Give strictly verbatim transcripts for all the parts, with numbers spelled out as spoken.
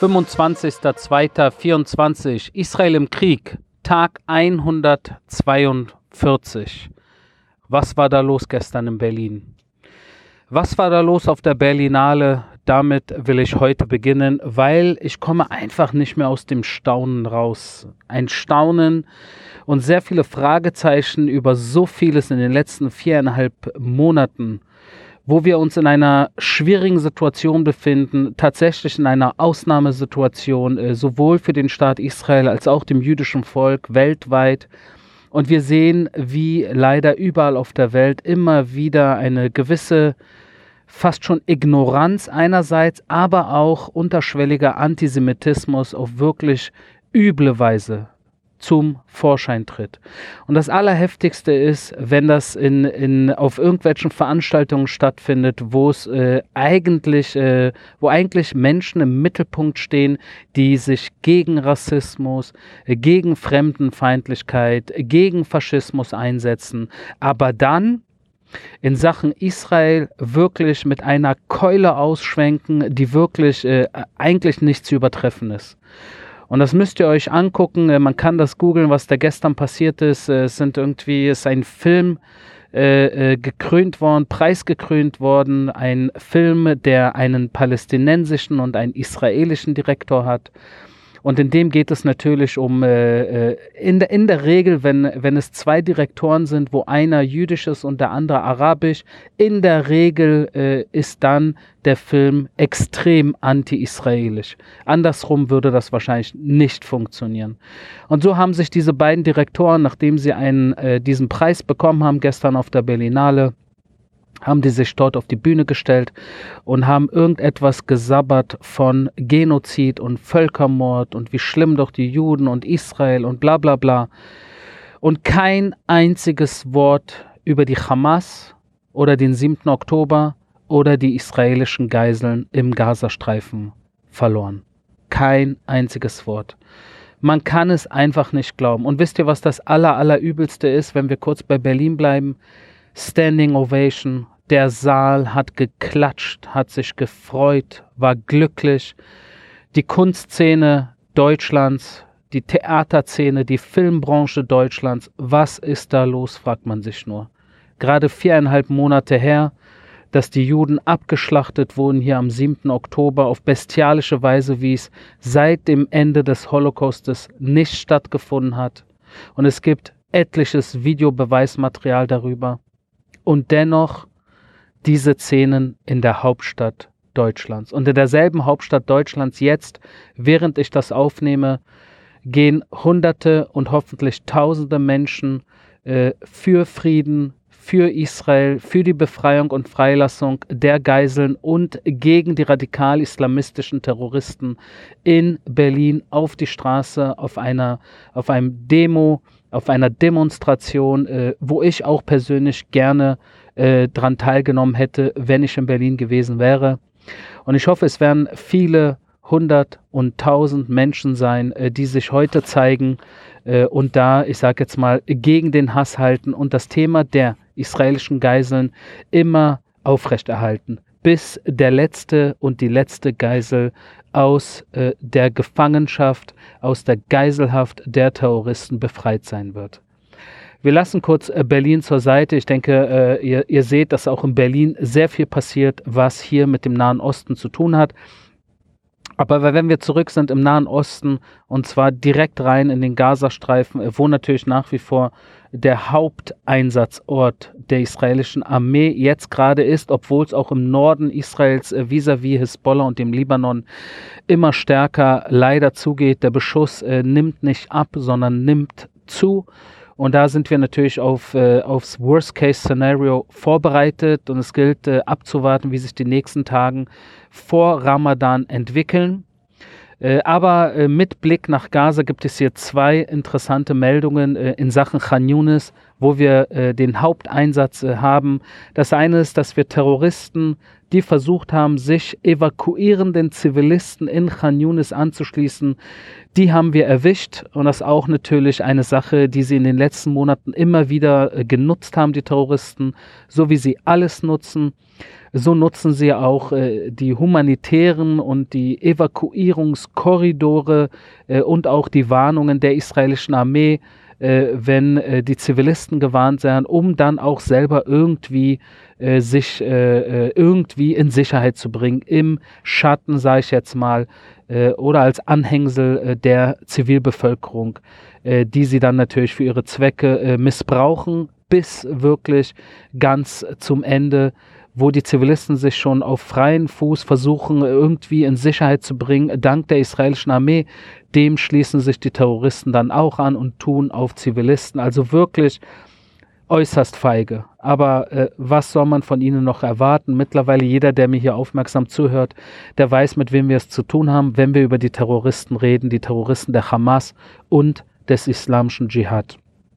fünfundzwanzigster zweiter vierundzwanzig, Israel im Krieg, Tag hundertzweiundvierzig. Was war da los gestern in Berlin? Was war da los auf der Berlinale? Damit will ich heute beginnen, weil ich komme einfach nicht mehr aus dem Staunen raus. Ein Staunen und sehr viele Fragezeichen über so vieles in den letzten viereinhalb Monaten, wo wir uns in einer schwierigen Situation befinden, tatsächlich in einer Ausnahmesituation, äh, sowohl für den Staat Israel als auch dem jüdischen Volk weltweit. Und wir sehen, wie leider überall auf der Welt immer wieder eine gewisse, fast schon Ignoranz einerseits, aber auch unterschwelliger Antisemitismus auf wirklich üble Weise zum Vorschein tritt. Und das Allerheftigste ist, wenn das in, in, auf irgendwelchen Veranstaltungen stattfindet, wo es äh, eigentlich, äh, wo eigentlich Menschen im Mittelpunkt stehen, die sich gegen Rassismus, äh, gegen Fremdenfeindlichkeit, äh, gegen Faschismus einsetzen, aber dann in Sachen Israel wirklich mit einer Keule ausschwenken, die wirklich äh, eigentlich nicht zu übertreffen ist. Und das müsst ihr euch angucken. Man kann das googeln, was da gestern passiert ist. Es sind irgendwie, es ist ein Film äh, gekrönt worden, preisgekrönt worden. Ein Film, der einen palästinensischen und einen israelischen Direktor hat. Und in dem geht es natürlich um, äh, in, der, in der Regel, wenn, wenn es zwei Direktoren sind, wo einer jüdisch ist und der andere arabisch, in der Regel äh, ist dann der Film extrem anti-israelisch. Andersrum würde das wahrscheinlich nicht funktionieren. Und so haben sich diese beiden Direktoren, nachdem sie einen, äh, diesen Preis bekommen haben, gestern auf der Berlinale, haben die sich dort auf die Bühne gestellt und haben irgendetwas gesabbert von Genozid und Völkermord und wie schlimm doch die Juden und Israel und bla bla bla. Und kein einziges Wort über die Hamas oder den siebten Oktober oder die israelischen Geiseln im Gazastreifen verloren. Kein einziges Wort. Man kann es einfach nicht glauben. Und wisst ihr, was das aller, allerübelste ist, wenn wir kurz bei Berlin bleiben? Standing Ovation. Der Saal hat geklatscht, hat sich gefreut, war glücklich. Die Kunstszene Deutschlands, die Theaterszene, die Filmbranche Deutschlands, was ist da los, fragt man sich nur. Gerade viereinhalb Monate her, dass die Juden abgeschlachtet wurden hier am siebten Oktober auf bestialische Weise, wie es seit dem Ende des Holocaustes nicht stattgefunden hat. Und es gibt etliches Videobeweismaterial darüber. Und dennoch diese Szenen in der Hauptstadt Deutschlands. Und in derselben Hauptstadt Deutschlands jetzt, während ich das aufnehme, gehen Hunderte und hoffentlich Tausende Menschen äh, für Frieden, für Israel, für die Befreiung und Freilassung der Geiseln und gegen die radikal-islamistischen Terroristen in Berlin auf die Straße, auf einer, auf einem Demo, auf einer Demonstration, äh, wo ich auch persönlich gerne äh, dran teilgenommen hätte, wenn ich in Berlin gewesen wäre. Und ich hoffe, es werden viele hundert und tausend Menschen sein, äh, die sich heute zeigen äh, und da, ich sage jetzt mal, gegen den Hass halten und das Thema der israelischen Geiseln immer aufrechterhalten, bis der letzte und die letzte Geisel aus äh, der Gefangenschaft, aus der Geiselhaft der Terroristen befreit sein wird. Wir lassen kurz äh, Berlin zur Seite. Ich denke, äh, ihr, ihr seht, dass auch in Berlin sehr viel passiert, was hier mit dem Nahen Osten zu tun hat. Aber wenn wir zurück sind im Nahen Osten und zwar direkt rein in den Gazastreifen, wo natürlich nach wie vor der Haupteinsatzort der israelischen Armee jetzt gerade ist, obwohl es auch im Norden Israels äh, vis-à-vis Hisbollah und dem Libanon immer stärker leider zugeht. Der Beschuss äh, nimmt nicht ab, sondern nimmt zu. Und da sind wir natürlich auf, äh, aufs Worst-Case-Szenario vorbereitet und es gilt äh, abzuwarten, wie sich die nächsten Tage vor Ramadan entwickeln. Äh, aber äh, mit Blick nach Gaza gibt es hier zwei interessante Meldungen äh, in Sachen Khan Yunis, wo wir äh, den Haupteinsatz äh, haben. Das eine ist, dass wir Terroristen, die versucht haben, sich evakuierenden Zivilisten in Khan Yunis anzuschließen, die haben wir erwischt. Und das ist auch natürlich eine Sache, die sie in den letzten Monaten immer wieder äh, genutzt haben, die Terroristen, so wie sie alles nutzen. So nutzen sie auch äh, die humanitären und die Evakuierungskorridore äh, und auch die Warnungen der israelischen Armee, äh, wenn äh, die Zivilisten gewarnt werden, um dann auch selber irgendwie äh, sich äh, äh, irgendwie in Sicherheit zu bringen, im Schatten, sage ich jetzt mal, äh, oder als Anhängsel äh, der Zivilbevölkerung, äh, die sie dann natürlich für ihre Zwecke äh, missbrauchen, bis wirklich ganz zum Ende, wo die Zivilisten sich schon auf freien Fuß versuchen, irgendwie in Sicherheit zu bringen, dank der israelischen Armee. Dem schließen sich die Terroristen dann auch an und tun auf Zivilisten. Also wirklich äußerst feige. Aber äh, was soll man von ihnen noch erwarten? Mittlerweile jeder, der mir hier aufmerksam zuhört, der weiß, mit wem wir es zu tun haben, wenn wir über die Terroristen reden, die Terroristen der Hamas und des islamischen Dschihad.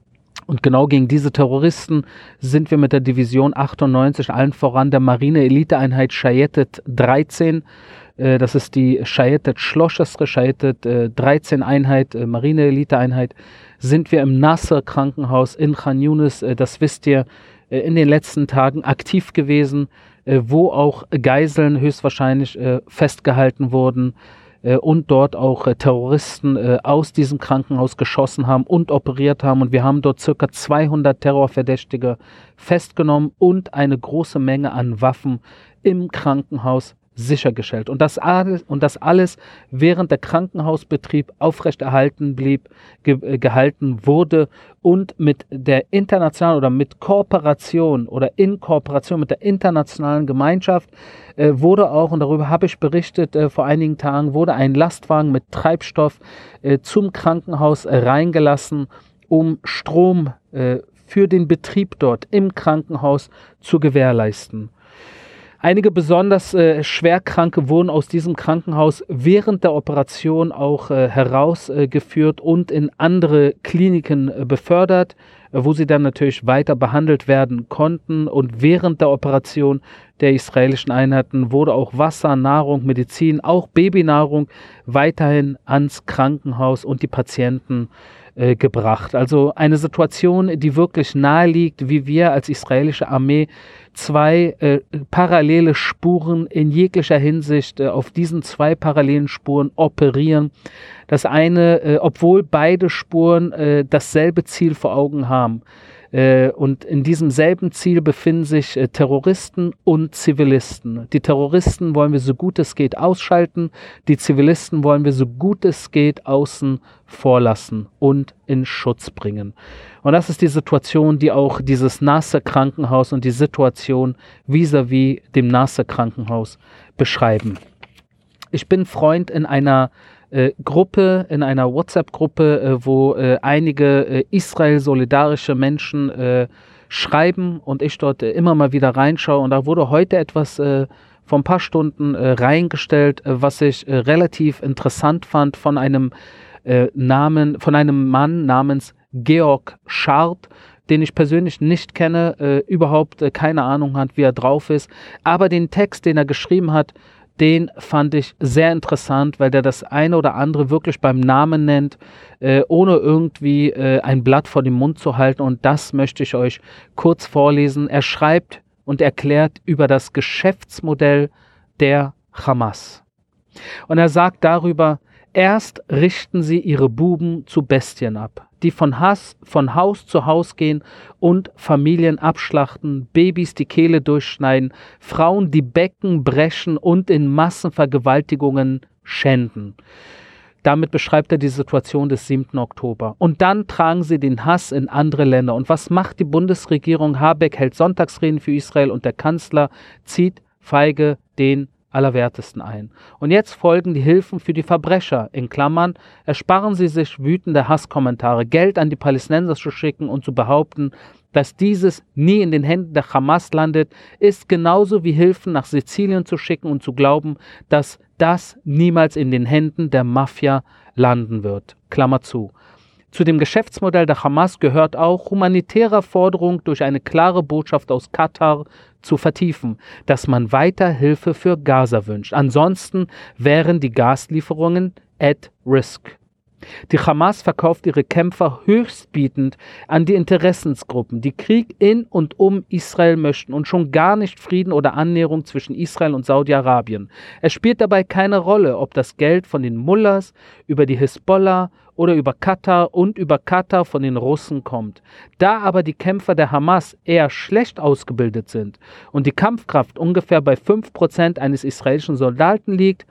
Und genau gegen diese Terroristen sind wir mit der Division achtundneunzig, allen voran der Marine-Eliteeinheit Shayetet dreizehn, äh, das ist die Shayetet Schlossesre, Shayetet äh, dreizehn Einheit, äh, Marine-Eliteeinheit, sind wir im Nasser-Krankenhaus in Khan Yunis, äh, das wisst ihr, äh, in den letzten Tagen aktiv gewesen, äh, wo auch Geiseln höchstwahrscheinlich äh, festgehalten wurden, und dort auch äh, Terroristen äh, aus diesem Krankenhaus geschossen haben und operiert haben. Und wir haben dort circa zweihundert Terrorverdächtige festgenommen und eine große Menge an Waffen im Krankenhaus sichergestellt. Und das alles, und das alles während der Krankenhausbetrieb aufrechterhalten blieb, ge, äh, gehalten wurde und mit der internationalen oder mit Kooperation oder in Kooperation mit der internationalen Gemeinschaft äh, wurde auch, und darüber habe ich berichtet äh, vor einigen Tagen, wurde ein Lastwagen mit Treibstoff äh, zum Krankenhaus äh, reingelassen, um Strom äh, für den Betrieb dort im Krankenhaus zu gewährleisten. Einige besonders äh, Schwerkranke wurden aus diesem Krankenhaus während der Operation auch äh, herausgeführt äh, und in andere Kliniken äh, befördert, äh, wo sie dann natürlich weiter behandelt werden konnten. Und während der Operation der israelischen Einheiten wurde auch Wasser, Nahrung, Medizin, auch Babynahrung weiterhin ans Krankenhaus und die Patienten äh, gebracht. Also eine Situation, die wirklich nahe liegt, wie wir als israelische Armee zwei äh, parallele Spuren in jeglicher Hinsicht äh, auf diesen zwei parallelen Spuren operieren. Das eine, äh, obwohl beide Spuren äh, dasselbe Ziel vor Augen haben. Äh, und in diesem selben Ziel befinden sich äh, Terroristen und Zivilisten. Die Terroristen wollen wir so gut es geht ausschalten, die Zivilisten wollen wir so gut es geht außen vor lassen und in Schutz bringen. Und das ist die Situation, die auch dieses Nasser-Krankenhaus und die Situation vis-à-vis dem Nasser-Krankenhaus beschreiben. Ich bin Freund in einer äh, Gruppe, in einer WhatsApp-Gruppe, äh, wo äh, einige äh, Israel-solidarische Menschen äh, schreiben und ich dort äh, immer mal wieder reinschaue. Und da wurde heute etwas äh, vor ein paar Stunden äh, reingestellt, äh, was ich äh, relativ interessant fand von einem äh, Namen, von einem Mann namens Georg Schart, den ich persönlich nicht kenne, äh, überhaupt äh, keine Ahnung hat, wie er drauf ist. Aber den Text, den er geschrieben hat, den fand ich sehr interessant, weil der das eine oder andere wirklich beim Namen nennt, äh, ohne irgendwie äh, ein Blatt vor den Mund zu halten. Und das möchte ich euch kurz vorlesen. Er schreibt und erklärt über das Geschäftsmodell der Hamas. Und er sagt darüber: Erst richten sie ihre Buben zu Bestien ab, die von Hass von Haus zu Haus gehen und Familien abschlachten, Babys die Kehle durchschneiden, Frauen die Becken brechen und in Massenvergewaltigungen schänden. Damit beschreibt er die Situation des siebten Oktober. Und dann tragen sie den Hass in andere Länder. Und was macht die Bundesregierung? Habeck hält Sonntagsreden für Israel und der Kanzler zieht feige den Allerwertesten ein. Und jetzt folgen die Hilfen für die Verbrecher, in Klammern, ersparen sie sich wütende Hasskommentare, Geld an die Palästinenser zu schicken und zu behaupten, dass dieses nie in den Händen der Hamas landet, ist genauso wie Hilfen nach Sizilien zu schicken und zu glauben, dass das niemals in den Händen der Mafia landen wird. Klammer zu. Zu dem Geschäftsmodell der Hamas gehört auch, humanitäre Forderungen durch eine klare Botschaft aus Katar zu vertiefen, dass man weiter Hilfe für Gaza wünscht. Ansonsten wären die Gaslieferungen at risk. Die Hamas verkauft ihre Kämpfer höchstbietend an die Interessensgruppen, die Krieg in und um Israel möchten und schon gar nicht Frieden oder Annäherung zwischen Israel und Saudi-Arabien. Es spielt dabei keine Rolle, ob das Geld von den Mullahs über die Hisbollah oder über Katar und über Katar von den Russen kommt. Da aber die Kämpfer der Hamas eher schlecht ausgebildet sind und die Kampfkraft ungefähr bei fünf Prozent eines israelischen Soldaten liegt,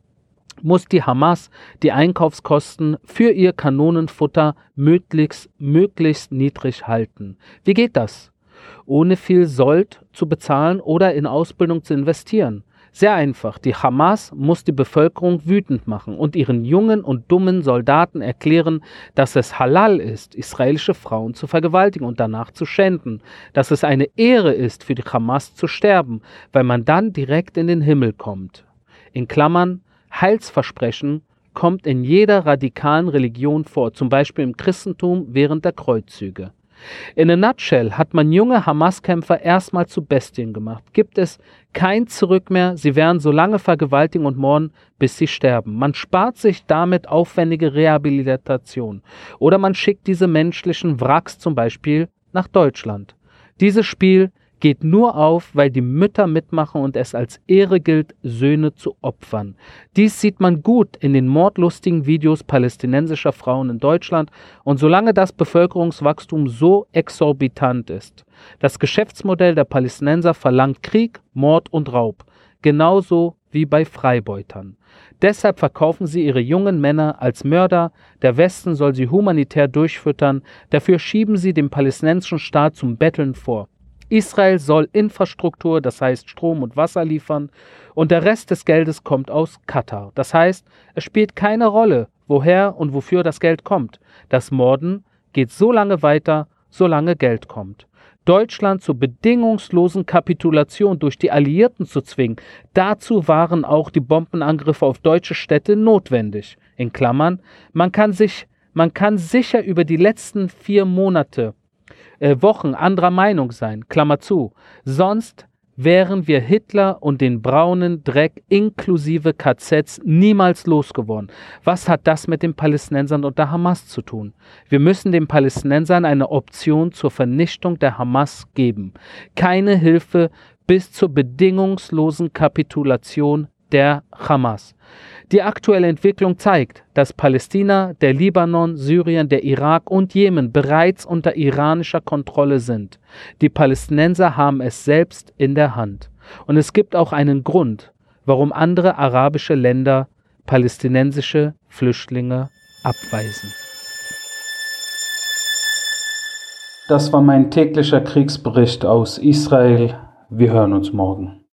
muss die Hamas die Einkaufskosten für ihr Kanonenfutter möglichst, möglichst niedrig halten. Wie geht das? Ohne viel Sold zu bezahlen oder in Ausbildung zu investieren. Sehr einfach, die Hamas muss die Bevölkerung wütend machen und ihren jungen und dummen Soldaten erklären, dass es halal ist, israelische Frauen zu vergewaltigen und danach zu schänden, dass es eine Ehre ist, für die Hamas zu sterben, weil man dann direkt in den Himmel kommt. In Klammern, Heilsversprechen kommt in jeder radikalen Religion vor, zum Beispiel im Christentum während der Kreuzzüge. In a nutshell hat man junge Hamas-Kämpfer erstmal zu Bestien gemacht. Gibt es kein Zurück mehr, sie werden so lange vergewaltigen und morden, bis sie sterben. Man spart sich damit aufwendige Rehabilitation. Oder man schickt diese menschlichen Wracks zum Beispiel nach Deutschland. Dieses Spiel geht nur auf, weil die Mütter mitmachen und es als Ehre gilt, Söhne zu opfern. Dies sieht man gut in den mordlustigen Videos palästinensischer Frauen in Deutschland und solange das Bevölkerungswachstum so exorbitant ist. Das Geschäftsmodell der Palästinenser verlangt Krieg, Mord und Raub, genauso wie bei Freibeutern. Deshalb verkaufen sie ihre jungen Männer als Mörder, der Westen soll sie humanitär durchfüttern, dafür schieben sie den palästinensischen Staat zum Betteln vor. Israel soll Infrastruktur, das heißt Strom und Wasser liefern und der Rest des Geldes kommt aus Katar. Das heißt, es spielt keine Rolle, woher und wofür das Geld kommt. Das Morden geht so lange weiter, solange Geld kommt. Deutschland zur bedingungslosen Kapitulation durch die Alliierten zu zwingen, dazu waren auch die Bombenangriffe auf deutsche Städte notwendig. In Klammern, man kann sich, man kann sicher über die letzten vier Monate Äh, Wochen anderer Meinung sein, Klammer zu. Sonst wären wir Hitler und den braunen Dreck inklusive K Zs niemals losgeworden. Was hat das mit den Palästinensern und der Hamas zu tun? Wir müssen den Palästinensern eine Option zur Vernichtung der Hamas geben. Keine Hilfe bis zur bedingungslosen Kapitulation der Hamas. Die aktuelle Entwicklung zeigt, dass Palästina, der Libanon, Syrien, der Irak und Jemen bereits unter iranischer Kontrolle sind. Die Palästinenser haben es selbst in der Hand. Und es gibt auch einen Grund, warum andere arabische Länder palästinensische Flüchtlinge abweisen. Das war mein täglicher Kriegsbericht aus Israel. Wir hören uns morgen.